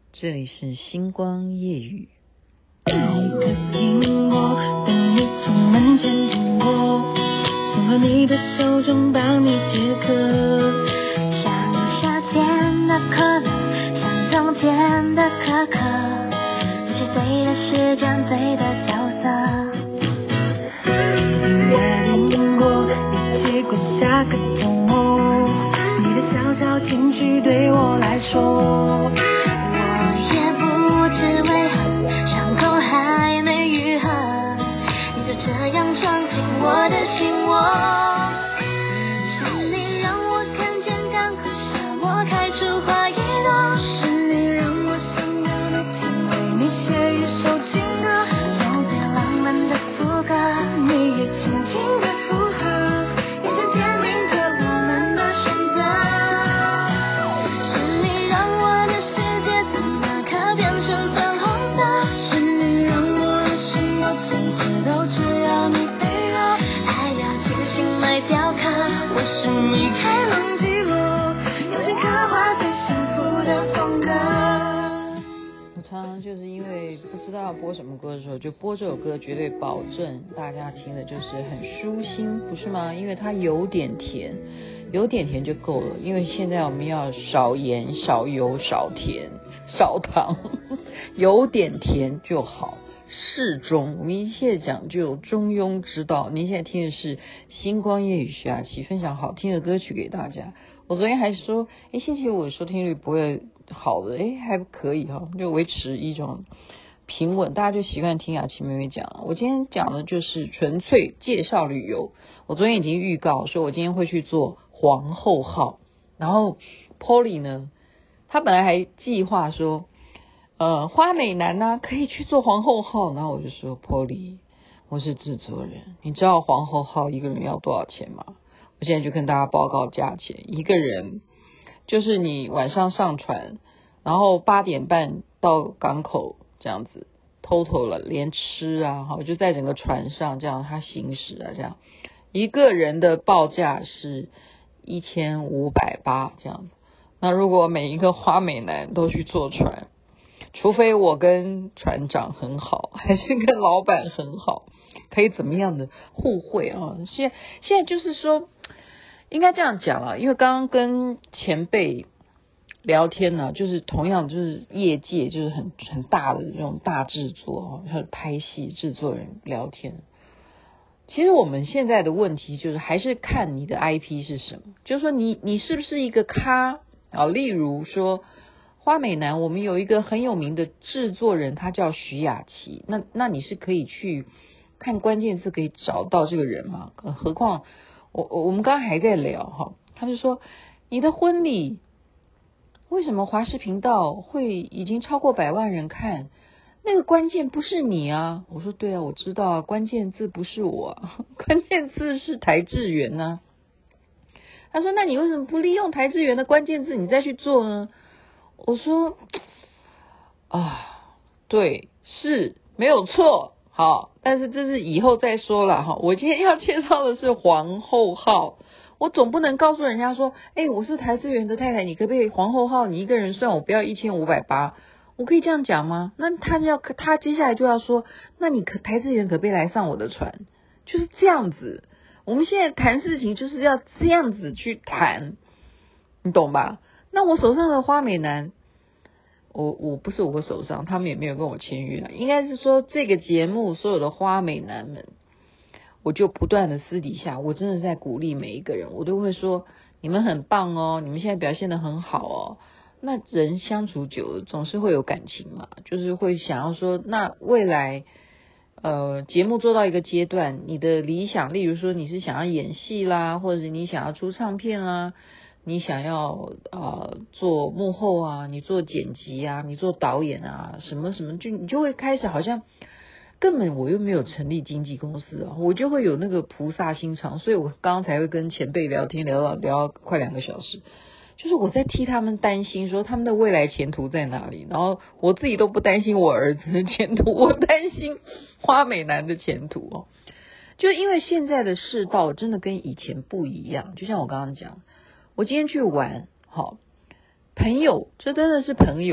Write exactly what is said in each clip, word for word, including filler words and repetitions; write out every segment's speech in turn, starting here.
这里是星光夜雨。 开个苹果，等你从门前经过，送到你的手中，帮你解渴。像夏天的可乐，像冬天的可可，这是对的时间，对的角色。已经约定过，一起过下个周末，你的小小情绪对我来说，我也不知为何伤口还没愈合，你就这样闯进我的心窝。是你让我看见干枯沙漠开出花一朵，是你让我想到每天为你写一首情歌，用最浪漫的副歌，你也轻轻的附和，眼神坚定着我们的选择。是你让我的世界从那刻变成粉红色，是你让我什么总会都只要你配合，爱要精心来雕刻，我是你开朗起落，用心刻画最幸福的风格。 我常常就是因为不知道要播什么歌的时候，就播这首歌，绝对保证大家听的就是很舒心，不是吗？因为它有点甜，有点甜就够了。因为现在我们要少盐、少油、少甜、少糖，有点甜就好，适中。我们一切讲究中庸之道。您现在听的是星光夜雨徐雅琪分享好听的歌曲给大家。我昨天还说，哎，星期五的收听率不会好的，哎，还可以哈，就维持一种平稳，大家就习惯听雅琪妹妹讲。我今天讲的就是纯粹介绍旅游。我昨天已经预告说，我今天会去做皇后号，然后 Polly 呢，她本来还计划说，呃，花美男啊可以去做皇后号，然后我就说 Polly， 我是制作人，你知道皇后号一个人要多少钱吗？我现在就跟大家报告价钱，一个人就是你晚上上船，然后八点半到港口这样子 ，total 了，连吃啊，哈，就在整个船上这样它行驶啊，这样一个人的报价是一千五百八这样子。那如果每一个花美男都去坐船，除非我跟船长很好，还是跟老板很好，可以怎么样的互惠啊？现在现在就是说，应该这样讲啊，因为刚刚跟前辈聊天呢、啊，就是同样就是业界就是很很大的这种大制作，还有拍戏制作人聊天。其实我们现在的问题就是还是看你的 I P 是什么，就是说你你是不是一个咖啊？例如说花美男，我们有一个很有名的制作人，他叫徐雅琪，那那你是可以去看关键字可以找到这个人嘛？何况我我们刚刚还在聊哈，他就说你的婚礼为什么华视频道会已经超过百万人看？那个关键不是你啊！我说对啊，我知道啊，关键字不是我、啊，关键字是台志远啊。他说那你为什么不利用台志远的关键字你再去做呢？我说啊，对，是没有错，好，但是这是以后再说了哈。我今天要介绍的是皇后号，我总不能告诉人家说，哎，我是台志远的太太，你可不可以皇后号你一个人算，我不要一千五百八，我可以这样讲吗？那他要他接下来就要说，那你可台志远可不可以来上我的船？就是这样子。我们现在谈事情就是要这样子去谈，你懂吧？那我手上的花美男。我我不是我手上，他们也没有跟我签约了。应该是说这个节目所有的花美男们，我就不断的私底下，我真的是在鼓励每一个人，我都会说你们很棒哦，你们现在表现得很好哦。那人相处久了，总是会有感情嘛，就是会想要说，那未来呃节目做到一个阶段，你的理想，例如说你是想要演戏啦，或者是你想要出唱片啦。你想要呃做幕后啊，你做剪辑啊，你做导演啊，什么什么，就你就会开始好像根本我又没有成立经纪公司啊，我就会有那个菩萨心肠，所以我刚刚才会跟前辈聊天聊到聊到快两个小时，就是我在替他们担心，说他们的未来前途在哪里，然后我自己都不担心我儿子的前途，我担心花美男的前途哦，就因为现在的世道真的跟以前不一样，就像我刚刚讲。我今天去玩，好朋友，这真的是朋友。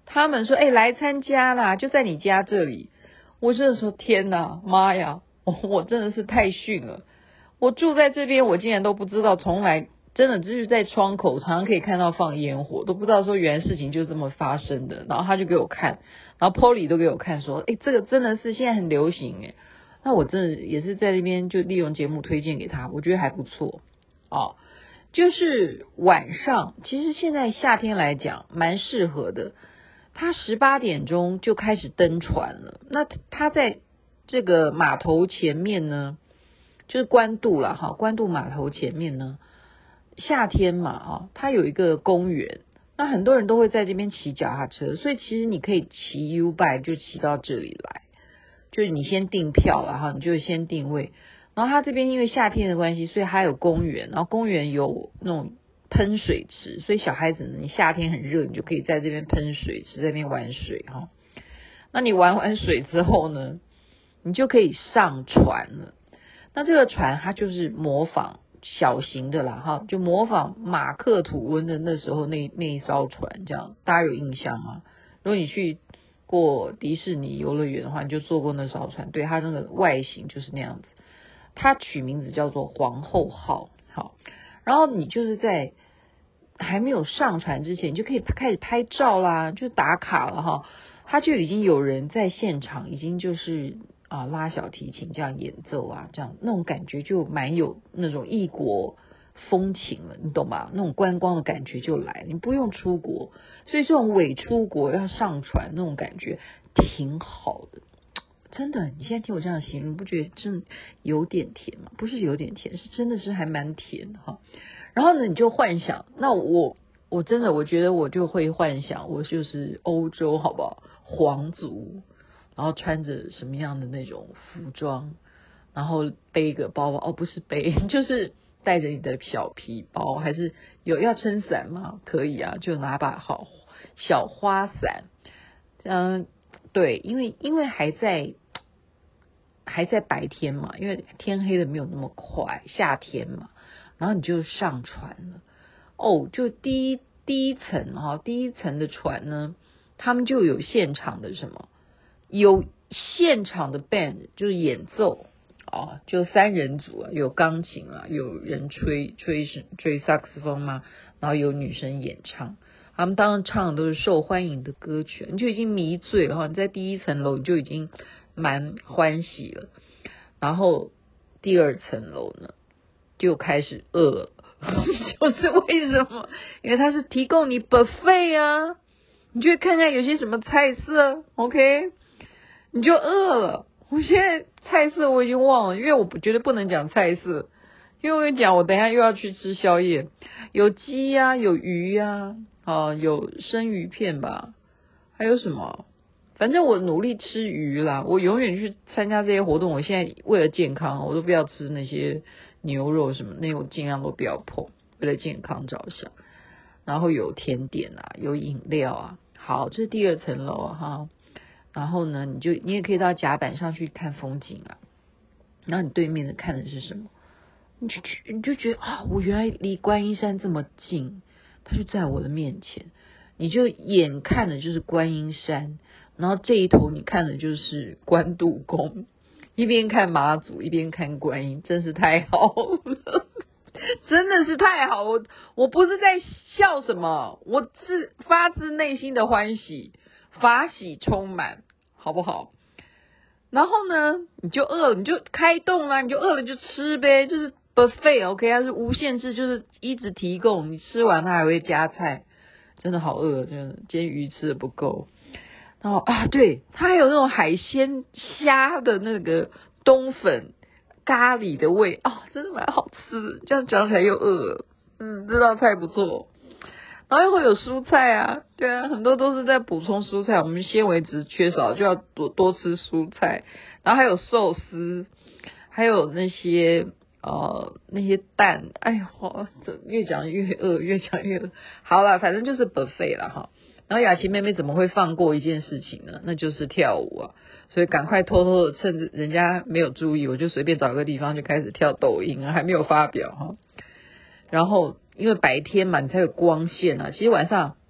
他们说哎、欸、来参加啦，就在你家这里。我真的说天哪妈呀，我我真的是太逊了，我住在这边我竟然都不知道，从来真的就是在窗口常常可以看到放烟火，都不知道说原来事情就这么发生的。然后他就给我看，然后 Polly 都给我看说哎、欸、这个真的是现在很流行诶。那我真的也是在那边就利用节目推荐给他，我觉得还不错哦。就是晚上其实现在夏天来讲蛮适合的，他十八点钟就开始登船了。那他在这个码头前面呢，就是关渡啦哈，关渡码头前面呢，夏天嘛啊，它有一个公园，那很多人都会在这边骑脚踏车，所以其实你可以骑 U-Bike 就骑到这里来，就是你先订票了哈，你就先定位。然后它这边因为夏天的关系，所以它有公园，然后公园有那种喷水池，所以小孩子呢，你夏天很热，你就可以在这边喷水池，在这边玩水哈。那你玩完水之后呢，你就可以上船了。那这个船它就是模仿小型的啦哈，就模仿马克吐温的那时候那那一艘船，这样大家有印象吗？如果你去过迪士尼游乐园的话，你就坐过那艘船，对，它那个外形就是那样子。它取名字叫做皇后号，好，然后你就是在还没有上船之前，你就可以开始拍照啦，就打卡了哈。他就已经有人在现场，已经就是啊拉小提琴这样演奏啊，这样那种感觉就蛮有那种异国风情了，你懂吗？那种观光的感觉就来，你不用出国，所以这种伪出国要上船那种感觉挺好的。真的，你现在听我这样形容，不觉得真的有点甜吗？不是有点甜，是真的是还蛮甜的哈。然后呢，你就幻想，那我我真的我觉得我就会幻想，我就是欧洲好不好？皇族，然后穿着什么样的那种服装，然后背一个包包，哦，不是背，就是带着你的小皮包，还是有要撑伞吗？可以啊，就拿把好小花伞，嗯，对，因为因为还在。还在白天嘛，因为天黑的没有那么快，夏天嘛，然后你就上船了。哦，就第一第一层哈、哦，第一层的船呢，他们就有现场的什么，有现场的 band 就是演奏哦，就三人组啊，有钢琴啊，有人吹吹吹萨克斯风嘛，然后有女生演唱。他们当然唱的都是受欢迎的歌曲，你就已经迷醉了哈。你在第一层楼你就已经蛮欢喜了，然后第二层楼呢就开始饿了，就是为什么？因为它是提供你 buffet 啊，你就会看看有些什么菜色 ，OK， 你就饿了。我现在菜色我已经忘了，因为我绝对不能讲菜色，因为我跟你讲，我等一下又要去吃宵夜，有鸡呀、啊，有鱼呀、啊，啊，有生鱼片吧，还有什么？反正我努力吃鱼啦，我永远去参加这些活动。我现在为了健康，我都不要吃那些牛肉什么，那我尽量都不要碰，为了健康着想。然后有甜点啊，有饮料啊。好，这是第二层楼哈。然后呢，你就你也可以到甲板上去看风景啊。然后你对面的看的是什么？你就你就觉得啊，我原来离观音山这么近，它就在我的面前。你就眼看的就是观音山，然后这一头你看的就是关渡宫，一边看妈祖一边看观音，真是太好了，真的是太好。我我不是在笑什么，我是发自内心的欢喜，法喜充满，好不好？然后呢，你就饿了，你就开动啦，你就饿了就吃呗，就是 buffet OK， 它是无限制，就是一直提供，你吃完它还会加菜。真的好饿，真的，今天鱼吃的不够。然后啊，对，它还有那种海鲜虾的那个冬粉咖喱的味啊，真的蛮好吃。这样讲起来又饿了，嗯，这道菜不错。然后又会有蔬菜啊，对啊，很多都是在补充蔬菜，我们纤维质缺少，就要多多吃蔬菜。然后还有寿司，还有那些。呃，那些蛋，哎呀，这越讲越饿，越讲越饿。好了，反正就是 buffet 了哈。然后雅琪妹妹怎么会放过一件事情呢？那就是跳舞啊。所以赶快偷偷的趁着人家没有注意，我就随便找个地方就开始跳抖音啊，还没有发表哈。然后因为白天嘛，你才有光线啊。其实晚上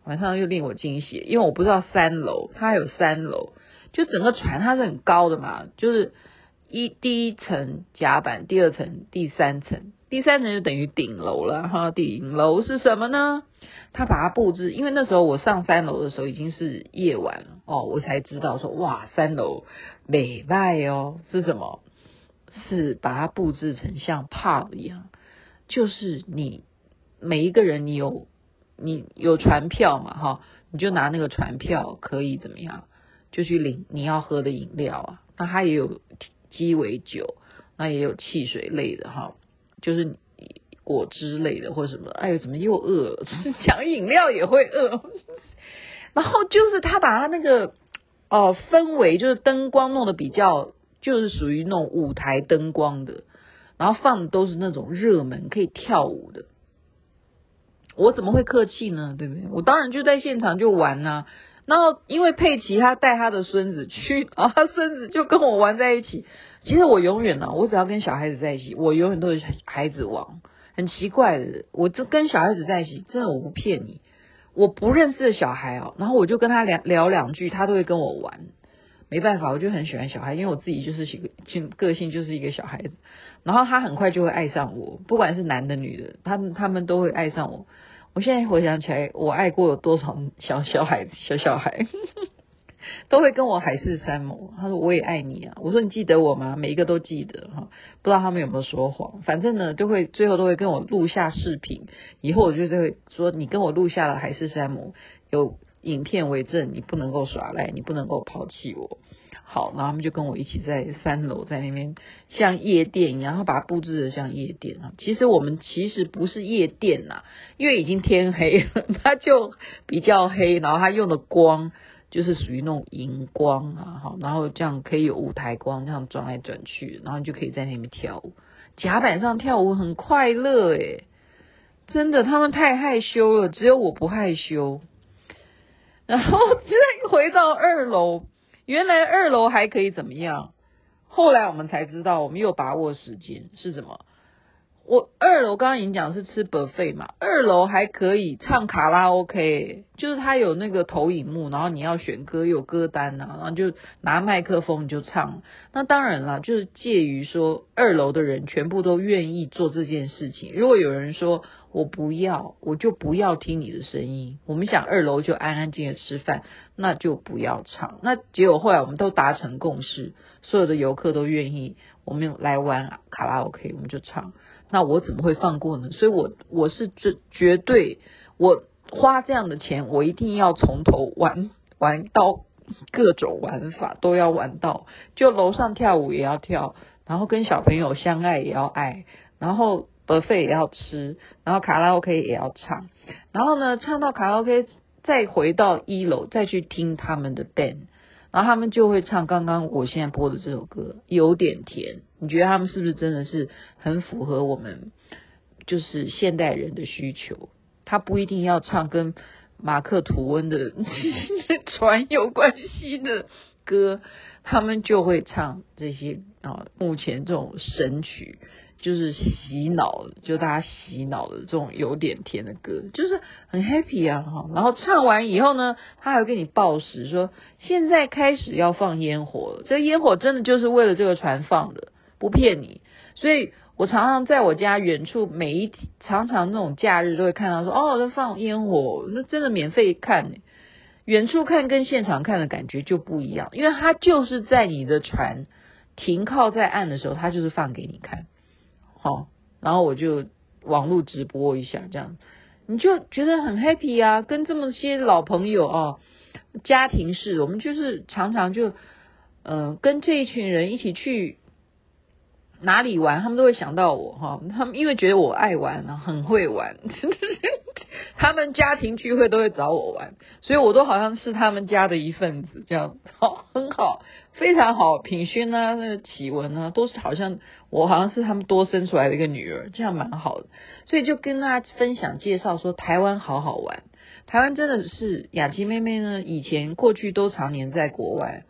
晚上又令我惊喜，因为我不知道三楼，它还有三楼，就整个船它是很高的嘛，就是一第一层甲板，第二层，第三层，第三层就等于顶楼了哈。顶楼是什么呢？他把它布置，因为那时候我上三楼的时候已经是夜晚了哦，我才知道说哇，三楼美拜哦，是什么？是把它布置成像 pub 一样，就是你每一个人你有你有船票嘛哈，你就拿那个船票可以怎么样，就去领你要喝的饮料啊。那它也有鸡尾酒，那也有汽水类的哈，就是果汁类的或什么。哎呦，怎么又饿了？讲饮料也会饿。然后就是他把他那个哦氛围，就是灯光弄得比较，就是属于那种舞台灯光的，然后放的都是那种热门可以跳舞的。我怎么会客气呢？对不对？我当然就在现场就玩啊。然后因为佩奇他带他的孙子去，然后他孙子就跟我玩在一起。其实我永远啊，我只要跟小孩子在一起，我永远都是孩子王。很奇怪的，我这跟小孩子在一起，真的我不骗你，我不认识的小孩哦，然后我就跟他聊聊两句，他都会跟我玩。没办法，我就很喜欢小孩，因为我自己就是一个个性就是一个小孩子，然后他很快就会爱上我，不管是男的女的，他们他们都会爱上我。我现在回想起来，我爱过有多少小小孩小小孩都会跟我海誓山盟，他说我也爱你啊，我说你记得我吗？每一个都记得哈，不知道他们有没有说谎，反正呢就会最后都会跟我录下视频，以后我就会说你跟我录下了海誓山盟，有影片为证，你不能够耍赖，你不能够抛弃我。好，然后他们就跟我一起在三楼，在那边像夜店一样，然后把它布置的像夜店啊。其实我们其实不是夜店呐、啊，因为已经天黑了，它就比较黑，然后它用的光就是属于那种荧光啊，好，然后这样可以有舞台光，这样转来转去，然后你就可以在那边跳舞。甲板上跳舞很快乐诶，真的，他们太害羞了，只有我不害羞。然后再回到二楼。原来二楼还可以怎么样？后来我们才知道，我们又把握时间是什么？我二楼刚刚已经讲是吃 buffet 嘛，二楼还可以唱卡拉 OK， 就是它有那个投影幕，然后你要选歌，有歌单啊，然后就拿麦克风你就唱。那当然啦，就是介于说二楼的人全部都愿意做这件事情。如果有人说我不要，我就不要听你的声音，我们想二楼就安安静静吃饭，那就不要唱。那结果后来我们都达成共识，所有的游客都愿意，我们来玩卡拉 OK， 我们就唱。那我怎么会放过呢？所以我我是绝绝对，我花这样的钱，我一定要从头玩玩到各种玩法都要玩到，就楼上跳舞也要跳，然后跟小朋友相爱也要爱，然后buffet也要吃，然后卡拉 OK 也要唱，然后呢唱到卡拉 OK 再回到一楼再去听他们的 band。然后他们就会唱刚刚我现在播的这首歌，有点甜。你觉得他们是不是真的是很符合我们就是现代人的需求？他不一定要唱跟马克吐温的船有关系的歌，他们就会唱这些啊，目前这种神曲。就是洗脑，就大家洗脑的这种有点甜的歌，就是很 happy 啊哈。然后唱完以后呢，他还会给你报时说，现在开始要放烟火了。这烟火真的就是为了这个船放的，不骗你。所以我常常在我家远处，每一常常那种假日都会看到说，哦，在放烟火，那真的免费看呢。远处看跟现场看的感觉就不一样，因为它就是在你的船停靠在岸的时候，它就是放给你看。好，然后我就网络直播一下，这样你就觉得很 happy 啊，跟这么些老朋友啊，家庭式，我们就是常常就呃跟这一群人一起去哪里玩，他们都会想到我哈，他们因为觉得我爱玩，很会玩，他们家庭聚会都会找我玩，所以我都好像是他们家的一份子，这样好，很好，非常好。品轩啊，那个启文啊，都是好像我好像是他们多生出来的一个女儿，这样蛮好的。所以就跟大家分享介绍说，台湾好好玩。台湾真的是雅琪妹妹呢，以前过去都常年在国外，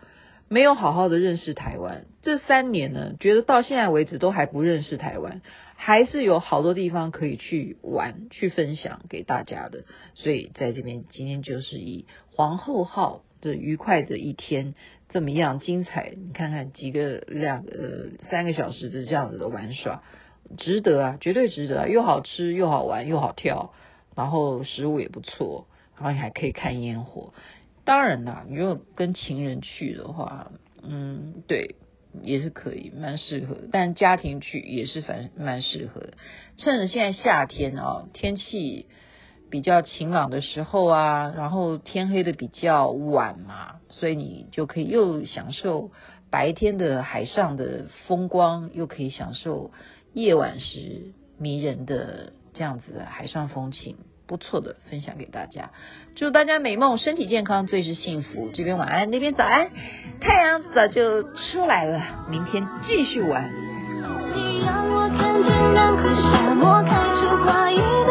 没有好好的认识台湾。这三年呢，觉得到现在为止都还不认识台湾，还是有好多地方可以去玩去分享给大家的。所以在这边今天就是以皇后号的愉快的一天这么样精彩，你看看几个两个、呃、三个小时的这样子的玩耍，值得啊，绝对值得啊，又好吃又好玩又好跳，然后食物也不错，然后你还可以看烟火。当然啦，你如果跟情人去的话，嗯，对，也是可以，蛮适合的。但家庭去也是反蛮适合的。趁着现在夏天啊，天气比较晴朗的时候啊，然后天黑的比较晚嘛，所以你就可以又享受白天的海上的风光，又可以享受夜晚时迷人的这样子的海上风情。不错的，分享给大家，祝大家美梦，身体健康，最是幸福。这边晚安，那边早安，太阳早就出来了，明天继续玩。 你让我看见南河沙漠开出花语。